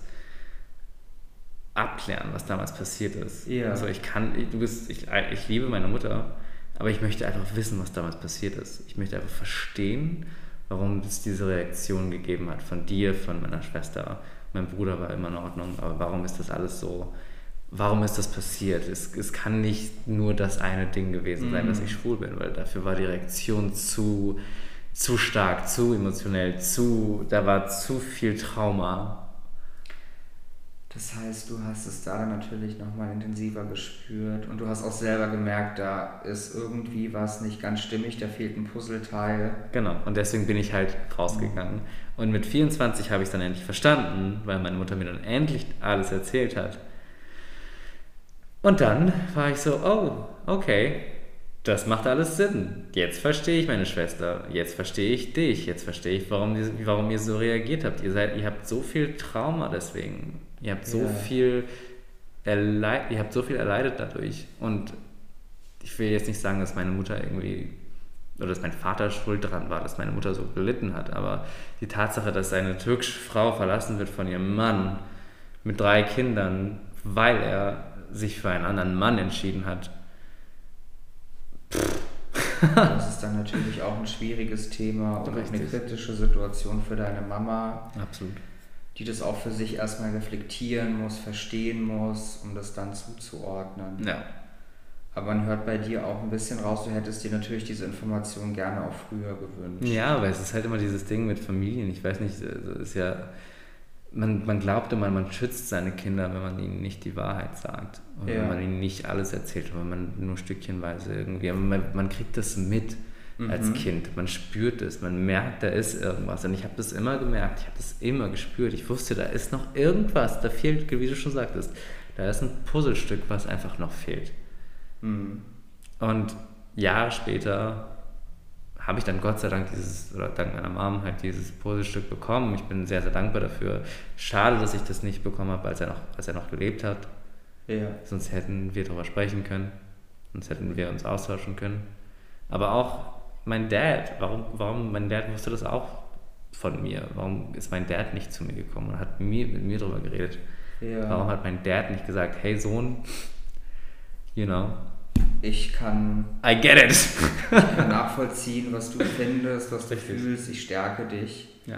abklären, was damals passiert ist. Ja. Also ich kann, du bist, ich, ich liebe meine Mutter, aber ich möchte einfach wissen, was damals passiert ist. Ich möchte einfach verstehen, warum es diese Reaktion gegeben hat von dir, von meiner Schwester. Mein Bruder war immer in Ordnung, aber warum ist das alles so, warum ist das passiert? Es, es kann nicht nur das eine Ding gewesen sein, mhm. dass ich schwul bin, weil dafür war die Reaktion zu, zu stark, zu emotionell, zu, da war zu viel Trauma. Das heißt, du hast es da dann natürlich nochmal intensiver gespürt und du hast auch selber gemerkt, da ist irgendwie was nicht ganz stimmig, da fehlt ein Puzzleteil. Genau, und deswegen bin ich halt rausgegangen. Mhm. Und mit vierundzwanzig habe ich es dann endlich verstanden, weil meine Mutter mir dann endlich alles erzählt hat. Und dann war ich so, oh, okay, das macht alles Sinn. Jetzt verstehe ich meine Schwester. Jetzt verstehe ich dich. Jetzt verstehe ich, warum, die, warum ihr so reagiert habt. Ihr seid, ihr habt so viel Trauma deswegen. Ihr habt so Ja. viel erleid, ihr habt so viel erleidet dadurch. Und ich will jetzt nicht sagen, dass meine Mutter irgendwie oder dass mein Vater schuld daran war, dass meine Mutter so gelitten hat. Aber die Tatsache, dass eine türkische Frau verlassen wird von ihrem Mann mit drei Kindern, weil er sich für einen anderen Mann entschieden hat. Das ist dann natürlich auch ein schwieriges Thema und auch eine kritische Situation für deine Mama. Absolut. Die das auch für sich erstmal reflektieren muss, verstehen muss, um das dann zuzuordnen. Ja. Aber man hört bei dir auch ein bisschen raus, du hättest dir natürlich diese Information gerne auch früher gewünscht. Ja, aber es ist halt immer dieses Ding mit Familien. Ich weiß nicht, es ist ja, man, man glaubt immer, man schützt seine Kinder, wenn man ihnen nicht die Wahrheit sagt. Und Ja. wenn man ihnen nicht alles erzählt, wenn man nur stückchenweise irgendwie, aber man, man kriegt das mit als Mhm. Kind. Man spürt es, man merkt, da ist irgendwas. Und ich habe das immer gemerkt, ich habe das immer gespürt. Ich wusste, da ist noch irgendwas, da fehlt, wie du schon sagtest, da ist ein Puzzlestück, was einfach noch fehlt. Mhm. Und Jahre später habe ich dann Gott sei Dank dieses, oder dank meiner Mom halt dieses Puzzlestück bekommen. Ich bin sehr, sehr dankbar dafür. Schade, dass ich das nicht bekommen habe, als er noch, als er noch gelebt hat. Ja. Sonst hätten wir darüber sprechen können. Sonst hätten wir uns austauschen können. Aber auch mein Dad, warum, warum, mein Dad wusste das auch von mir. Warum ist mein Dad nicht zu mir gekommen und hat mir, mit mir darüber geredet? Ja. Warum hat mein Dad nicht gesagt, hey Sohn, you know, Ich kann, I get it. ich kann nachvollziehen, was du findest, was du Richtig. fühlst, ich stärke dich. Ja.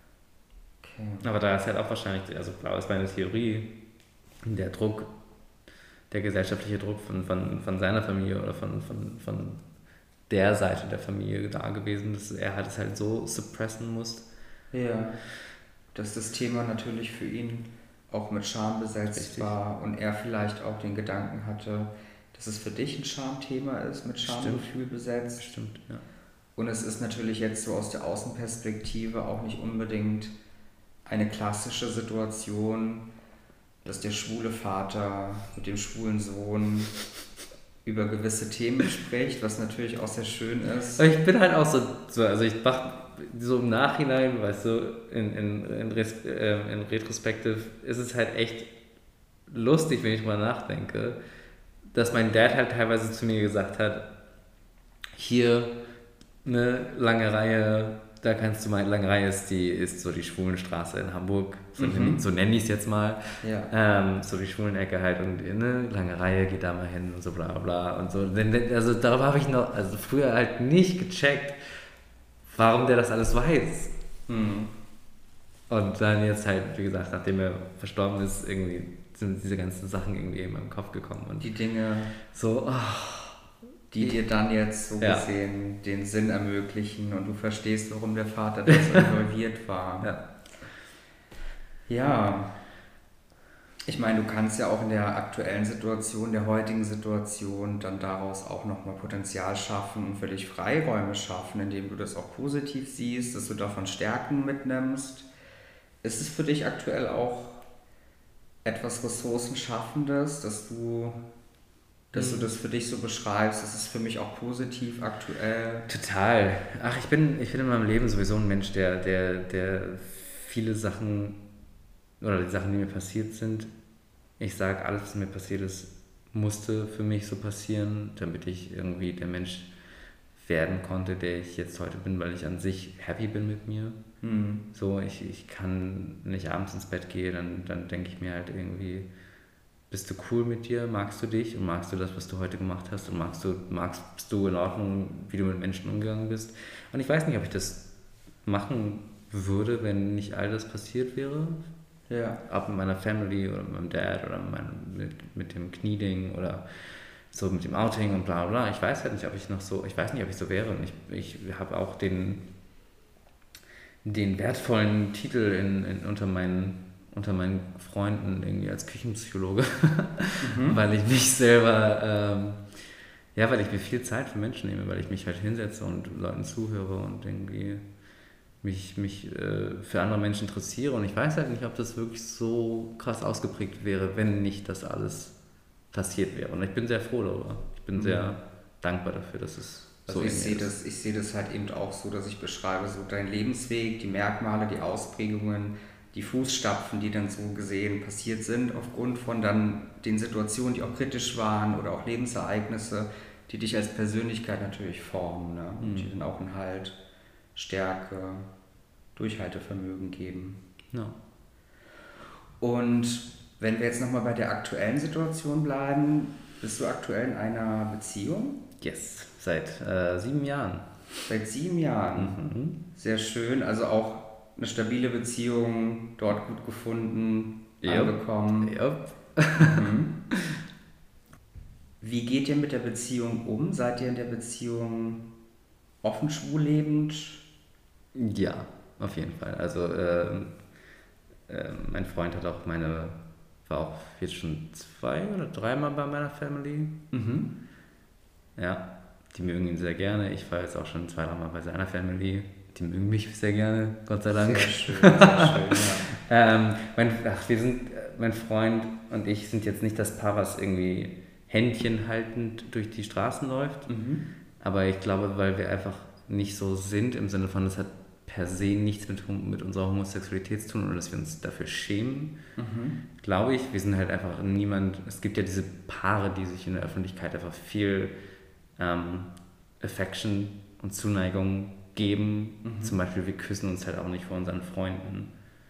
Okay. Aber da ist halt auch wahrscheinlich, also blau ist meine Theorie, der Druck, der gesellschaftliche Druck von, von, von seiner Familie oder von, von, von der Seite der Familie da gewesen, dass er halt es halt so suppressen muss. Ja, dass das Thema natürlich für ihn auch mit Scham besetzt Richtig. war und er vielleicht auch den Gedanken hatte, dass es für dich ein Schamthema ist, mit Schamgefühl besetzt. Stimmt, ja. Und es ist natürlich jetzt so aus der Außenperspektive auch nicht unbedingt eine klassische Situation, dass der schwule Vater mit dem schwulen Sohn über gewisse Themen spricht, was natürlich auch sehr schön ist. Aber ich bin halt auch so, so also ich mach so im Nachhinein, weißt du, in, in, in, Res, äh, in Retrospektive ist es halt echt lustig, wenn ich drüber nachdenke, dass mein Dad halt teilweise zu mir gesagt hat, hier eine lange Reihe, da kannst du mal, lange Reihe ist die, ist so die Schwulenstraße in Hamburg, so, Mhm. so nenne ich es jetzt mal, Ja. ähm, so die Schwulenecke halt und eine lange Reihe, geht da mal hin und so bla bla bla und so. Also darauf habe ich noch, also früher halt nicht gecheckt, warum der das alles weiß. Hm. Und dann jetzt halt, wie gesagt, nachdem er verstorben ist, irgendwie sind diese ganzen Sachen irgendwie in meinem Kopf gekommen und Die Dinge, so, oh, die dir dann jetzt so Ja. gesehen den Sinn ermöglichen und du verstehst, warum der Vater da so involviert war. ja. Ja, ich meine, du kannst ja auch in der aktuellen Situation, der heutigen Situation, dann daraus auch nochmal Potenzial schaffen und für dich Freiräume schaffen, indem du das auch positiv siehst, dass du davon Stärken mitnimmst. Ist es für dich aktuell auch etwas Ressourcenschaffendes, dass du, dass du das für dich so beschreibst? Das ist für mich auch positiv aktuell. Total. Ach, ich bin, ich bin in meinem Leben sowieso ein Mensch, der, der, der viele Sachen oder die Sachen, die mir passiert sind, ich sage, alles, was mir passiert ist, musste für mich so passieren, damit ich irgendwie der Mensch werden konnte, der ich jetzt heute bin, weil ich an sich happy bin mit mir. Hm. So, ich, ich kann, wenn ich abends ins Bett gehe, dann, dann denke ich mir halt irgendwie, bist du cool mit dir, magst du dich und magst du das, was du heute gemacht hast und magst du, magst, bist du in Ordnung, wie du mit Menschen umgegangen bist. Und ich weiß nicht, ob ich das machen würde, wenn nicht all das passiert wäre. Ja. Auch mit meiner Family oder mit meinem Dad oder mit, meinem, mit, mit dem Knieding oder so mit dem Outing und bla bla. Ich weiß halt nicht, ob ich noch so, ich weiß nicht, ob ich so wäre. Und ich, ich habe auch den, den wertvollen Titel in, in, unter, meinen, unter meinen Freunden irgendwie als Küchenpsychologe, mhm. weil ich mich selber, ähm, ja, weil ich mir viel Zeit für Menschen nehme, weil ich mich halt hinsetze und Leuten zuhöre und irgendwie mich, mich äh, für andere Menschen interessiere. Und ich weiß halt nicht, ob das wirklich so krass ausgeprägt wäre, wenn nicht das alles passiert wäre. Und ich bin sehr froh darüber. Ich bin mhm. sehr dankbar dafür, dass es Also so ich in mir sehe ist. das, ich sehe das halt eben auch so, dass ich beschreibe so deinen Lebensweg, die Merkmale, die Ausprägungen, die Fußstapfen, die dann so gesehen passiert sind, aufgrund von dann den Situationen, die auch kritisch waren oder auch Lebensereignisse, die dich als Persönlichkeit natürlich formen, ne? Und Mhm. die dann auch einen Halt, Stärke, Durchhaltevermögen geben. Ja. Und wenn wir jetzt nochmal bei der aktuellen Situation bleiben, bist du aktuell in einer Beziehung? Yes, seit äh, sieben Jahren. Seit sieben Jahren. Mhm. Sehr schön. Also auch eine stabile Beziehung, dort gut gefunden, Yep. angekommen. Yep. Mhm. Wie geht ihr mit der Beziehung um? Seid ihr in der Beziehung offen schwul lebend? Ja, auf jeden Fall. Also ähm, äh, mein Freund hat auch meine, war auch jetzt schon zwei oder dreimal bei meiner Family. Mhm. Ja, die mögen ihn sehr gerne. Ich war jetzt auch schon zwei, dreimal bei seiner Family. Die mögen mich sehr gerne, Gott sei Dank. Sehr schön, sehr schön, ja. ähm, mein, ach, wir sind, mein Freund und ich sind jetzt nicht das Paar, was irgendwie Händchen haltend durch die Straßen läuft. Mhm. Aber ich glaube, weil wir einfach nicht so sind, im Sinne von, das hat per se nichts mit, mit unserer Homosexualität zu tun oder dass wir uns dafür schämen, Mhm. glaube ich. Wir sind halt einfach niemand, es gibt ja diese Paare, die sich in der Öffentlichkeit einfach viel ähm, Affection und Zuneigung geben. Mhm. Zum Beispiel, wir küssen uns halt auch nicht vor unseren Freunden,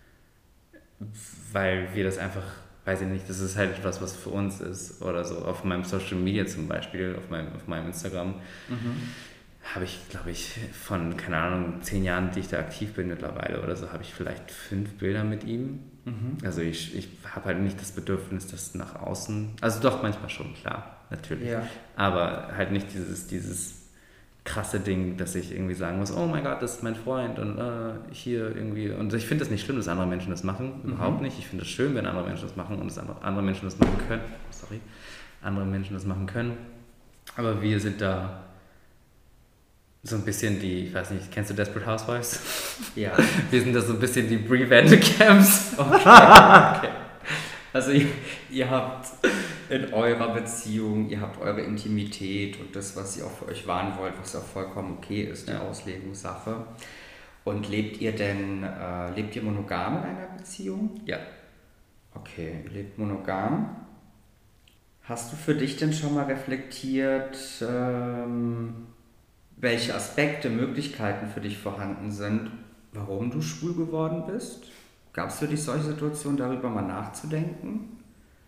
weil wir das einfach, weiß ich nicht, das ist halt etwas, was für uns ist oder so. Auf meinem Social Media zum Beispiel, auf meinem, auf meinem Instagram, Mhm. habe ich, glaube ich, von, keine Ahnung, zehn Jahren, die ich da aktiv bin mittlerweile oder so, habe ich vielleicht fünf Bilder mit ihm. Mhm. Also ich, ich habe halt nicht das Bedürfnis, das nach außen, also doch manchmal schon, klar, natürlich. Ja. Aber halt nicht dieses, dieses krasse Ding, dass ich irgendwie sagen muss, oh mein Gott, das ist mein Freund und äh, hier irgendwie. Und ich finde es nicht schlimm, dass andere Menschen das machen, Mhm. überhaupt nicht. Ich finde es schön, wenn andere Menschen das machen und dass andere, andere Menschen das machen können. Sorry, andere Menschen das machen können. Aber wir sind da so ein bisschen die, ich weiß nicht, kennst du Desperate Housewives? Ja. Wir sind da so ein bisschen die Brie Vanderkamps. Okay. Okay. Also ihr, ihr habt in eurer Beziehung, ihr habt eure Intimität und das, was ihr auch für euch wahren wollt, was auch vollkommen okay ist, die Ja. Auslegungssache. Und lebt ihr denn, äh, lebt ihr monogam in einer Beziehung? Ja. Okay, ihr lebt monogam. Hast du für dich denn schon mal reflektiert, ähm, welche Aspekte, Möglichkeiten für dich vorhanden sind, warum du schwul geworden bist? Gab es für dich solche Situationen, darüber mal nachzudenken?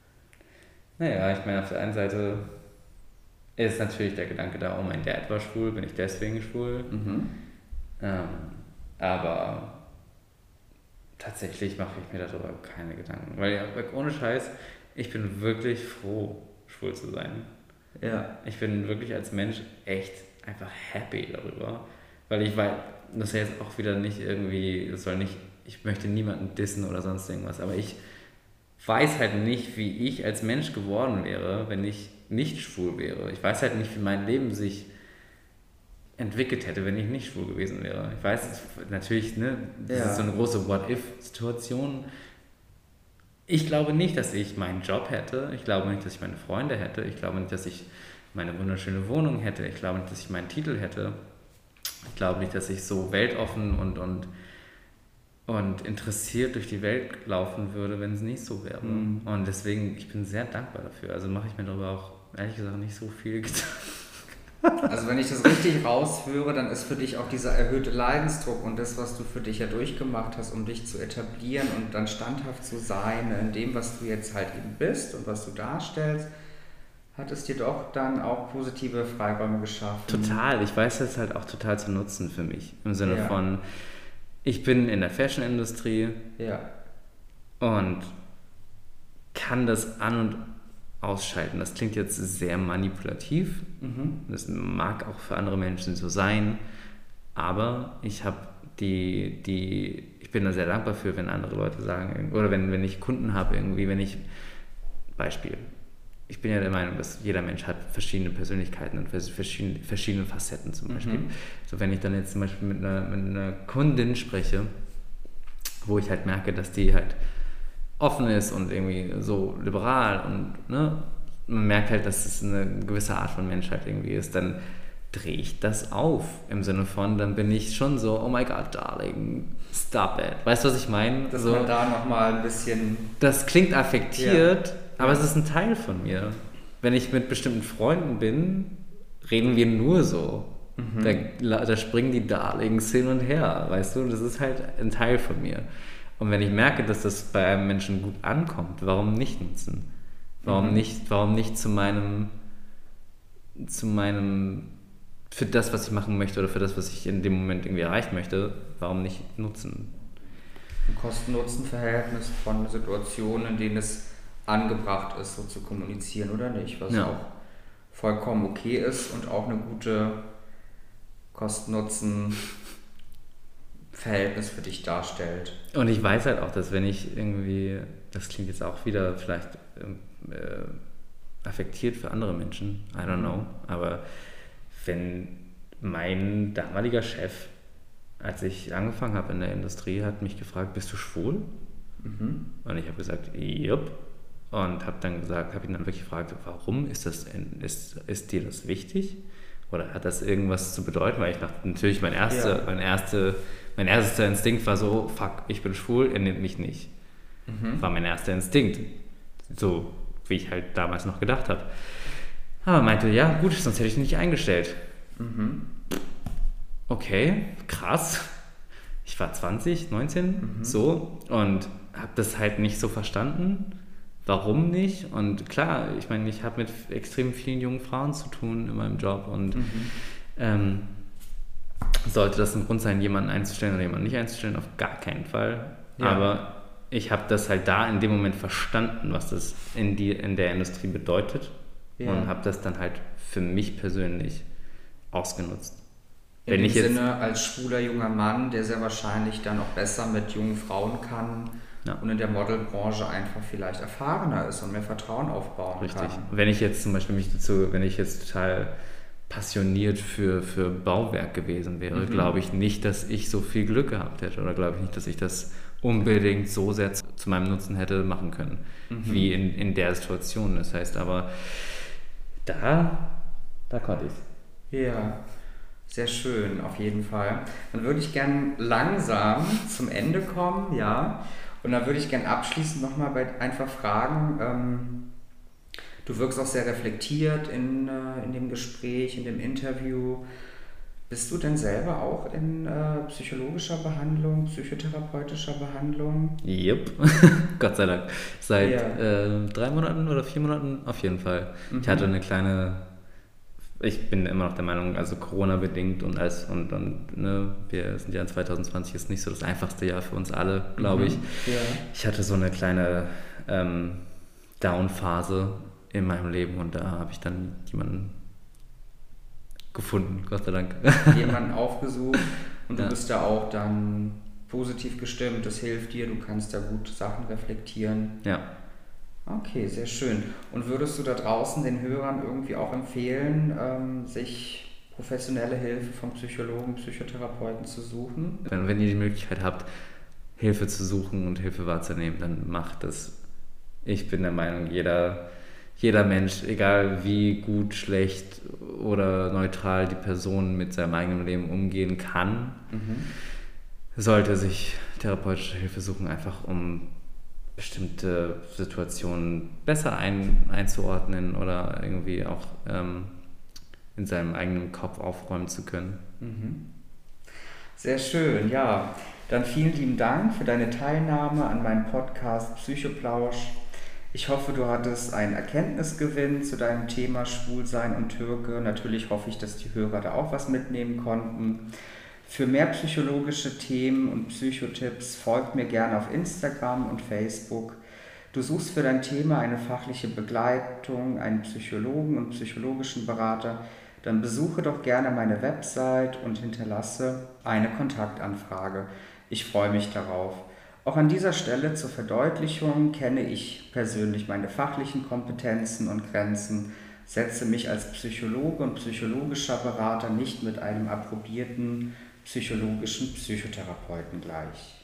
Naja, ich meine, auf der einen Seite ist natürlich der Gedanke da, oh, mein Dad war schwul, bin ich deswegen schwul. Mhm. Ähm, aber tatsächlich mache ich mir darüber keine Gedanken. Weil ja, ohne Scheiß, ich bin wirklich froh, schwul zu sein. Ja. Ich bin wirklich als Mensch echt einfach happy darüber. Weil ich weiß, das ist ja jetzt auch wieder nicht irgendwie, das soll nicht, ich möchte niemanden dissen oder sonst irgendwas, aber ich weiß halt nicht, wie ich als Mensch geworden wäre, wenn ich nicht schwul wäre. Ich weiß halt nicht, wie mein Leben sich entwickelt hätte, wenn ich nicht schwul gewesen wäre. Ich weiß, es, natürlich, ne, das Ja. ist so eine große What-if-Situation. Ich glaube nicht, dass ich meinen Job hätte. Ich glaube nicht, dass ich meine Freunde hätte. Ich glaube nicht, dass ich meine wunderschöne Wohnung hätte. Ich glaube nicht, dass ich meinen Titel hätte. Ich glaube nicht, dass ich so weltoffen und, und, und interessiert durch die Welt laufen würde, wenn es nicht so wäre. Mhm. Und deswegen, ich bin sehr dankbar dafür. Also mache ich mir darüber auch, ehrlich gesagt, nicht so viel Gedanken. Also wenn ich das richtig raushöre, dann ist für dich auch dieser erhöhte Leidensdruck und das, was du für dich ja durchgemacht hast, um dich zu etablieren und dann standhaft zu sein in dem, was du jetzt halt eben bist und was du darstellst, hat es dir doch dann auch positive Freiräume geschaffen. Total, ich weiß das halt auch total zu nutzen für mich. Im Sinne Ja. von, ich bin in der Fashion-Industrie Ja. und kann das an- und ausschalten. Das klingt jetzt sehr manipulativ. Mhm. Das mag auch für andere Menschen so sein. Aber ich habe die, die, ich bin da sehr dankbar für, wenn andere Leute sagen, oder wenn, wenn ich Kunden habe irgendwie, wenn ich, Beispiel, ich bin ja der Meinung, dass jeder Mensch hat verschiedene Persönlichkeiten und verschiedene, verschiedene Facetten zum Beispiel. Mhm. So wenn ich dann jetzt zum Beispiel mit einer, mit einer Kundin spreche, wo ich halt merke, dass die halt offen ist und irgendwie so liberal und ne, man merkt halt, dass es eine gewisse Art von Menschheit irgendwie ist, dann drehe ich das auf. Im Sinne von, dann bin ich schon so, oh my God, darling, stop it. Weißt du, was ich meine? Dass so, man da nochmal ein bisschen... Das klingt affektiert, Ja. aber Ja. es ist ein Teil von mir. Wenn ich mit bestimmten Freunden bin, reden wir nur so. Mhm. Da, da springen die Darlings hin und her, weißt du? Das ist halt ein Teil von mir. Und wenn ich merke, dass das bei einem Menschen gut ankommt, warum nicht nutzen? Warum, mhm. nicht, warum nicht zu meinem, zu meinem, für das, was ich machen möchte oder für das, was ich in dem Moment irgendwie erreichen möchte, warum nicht nutzen? Ein Kosten-Nutzen-Verhältnis von Situationen, in denen es angebracht ist, so zu kommunizieren oder nicht, was ja. auch vollkommen okay ist und auch eine gute Kosten-Nutzen-Verhältnis für dich darstellt. Und ich weiß halt auch, dass wenn ich irgendwie, das klingt jetzt auch wieder vielleicht äh, affektiert für andere Menschen, I don't know, aber wenn mein damaliger Chef, als ich angefangen habe in der Industrie, hat mich gefragt, bist du schwul? Mhm. Und ich habe gesagt, jupp. Und habe dann gesagt, habe ihn dann wirklich gefragt, warum ist das, ist, ist dir das wichtig? Oder hat das irgendwas zu bedeuten? Weil ich dachte, natürlich mein erster, ja. mein erste, mein erster Instinkt war so, fuck, ich bin schwul, er nimmt mich nicht. Mhm. War mein erster Instinkt. So, wie ich halt damals noch gedacht habe. Aber er meinte, ja gut, sonst hätte ich ihn nicht eingestellt. Mhm. Okay, krass. Ich war zwanzig, neunzehn, mhm. so, und habe das halt nicht so verstanden. Warum nicht? Und klar, ich meine, ich habe mit extrem vielen jungen Frauen zu tun in meinem Job und mhm. ähm, sollte das ein Grund sein, jemanden einzustellen oder jemanden nicht einzustellen? Auf gar keinen Fall. Ja. Aber ich habe das halt da in dem Moment verstanden, was das in, die, in der Industrie bedeutet, ja. und habe das dann halt für mich persönlich ausgenutzt. In Wenn dem ich jetzt, Sinne als schwuler junger Mann, der sehr wahrscheinlich dann auch besser mit jungen Frauen kann, ja. und in der Modelbranche einfach vielleicht erfahrener ist und mehr Vertrauen aufbauen Richtig. kann. Wenn ich jetzt zum Beispiel mich dazu, wenn ich jetzt total passioniert für, für Bauwerk gewesen wäre, mhm. glaube ich nicht, dass ich so viel Glück gehabt hätte oder glaube ich nicht, dass ich das unbedingt so sehr zu, zu meinem Nutzen hätte machen können, mhm. wie in, in der Situation. Das heißt aber, da, da konnte ich es. Ja, sehr schön, auf jeden Fall. Dann würde ich gern langsam zum Ende kommen, ja. Und dann würde ich gerne abschließend nochmal bei einfach fragen, ähm, du wirkst auch sehr reflektiert in, äh, in dem Gespräch, in dem Interview. Bist du denn selber auch in äh, psychologischer Behandlung, psychotherapeutischer Behandlung? Yep, Gott sei Dank. Seit ja. äh, drei Monaten oder vier Monaten auf jeden Fall. Mhm. Ich hatte eine kleine... Ich bin immer noch der Meinung, also Corona-bedingt und als und, und ne, wir sind ja in zwanzig zwanzig, ist nicht so das einfachste Jahr für uns alle, glaube ich. Ja. Ich hatte so eine kleine ähm, Down-Phase in meinem Leben und da habe ich dann jemanden gefunden, Gott sei Dank. Jemanden aufgesucht und ja. du bist da auch dann positiv gestimmt, das hilft dir, du kannst da gut Sachen reflektieren. Ja. Okay, sehr schön. Und würdest du da draußen den Hörern irgendwie auch empfehlen, ähm, sich professionelle Hilfe vom Psychologen, Psychotherapeuten zu suchen? Wenn, wenn ihr die Möglichkeit habt, Hilfe zu suchen und Hilfe wahrzunehmen, dann macht das. Ich bin der Meinung, jeder, jeder Mensch, egal wie gut, schlecht oder neutral die Person mit seinem eigenen Leben umgehen kann, mhm. sollte sich therapeutische Hilfe suchen, einfach um bestimmte Situationen besser ein, einzuordnen oder irgendwie auch ähm, in seinem eigenen Kopf aufräumen zu können. Mhm. Sehr schön, ja. Dann vielen lieben Dank für deine Teilnahme an meinem Podcast Psychoplausch. Ich hoffe, du hattest einen Erkenntnisgewinn zu deinem Thema Schwulsein und Türke. Natürlich hoffe ich, dass die Hörer da auch was mitnehmen konnten. Für mehr psychologische Themen und Psychotipps folgt mir gerne auf Instagram und Facebook. Du suchst für dein Thema eine fachliche Begleitung, einen Psychologen und psychologischen Berater, dann besuche doch gerne meine Website und hinterlasse eine Kontaktanfrage. Ich freue mich darauf. Auch an dieser Stelle zur Verdeutlichung kenne ich persönlich meine fachlichen Kompetenzen und Grenzen, setze mich als Psychologe und psychologischer Berater nicht mit einem approbierten psychologischen Psychotherapeuten gleich.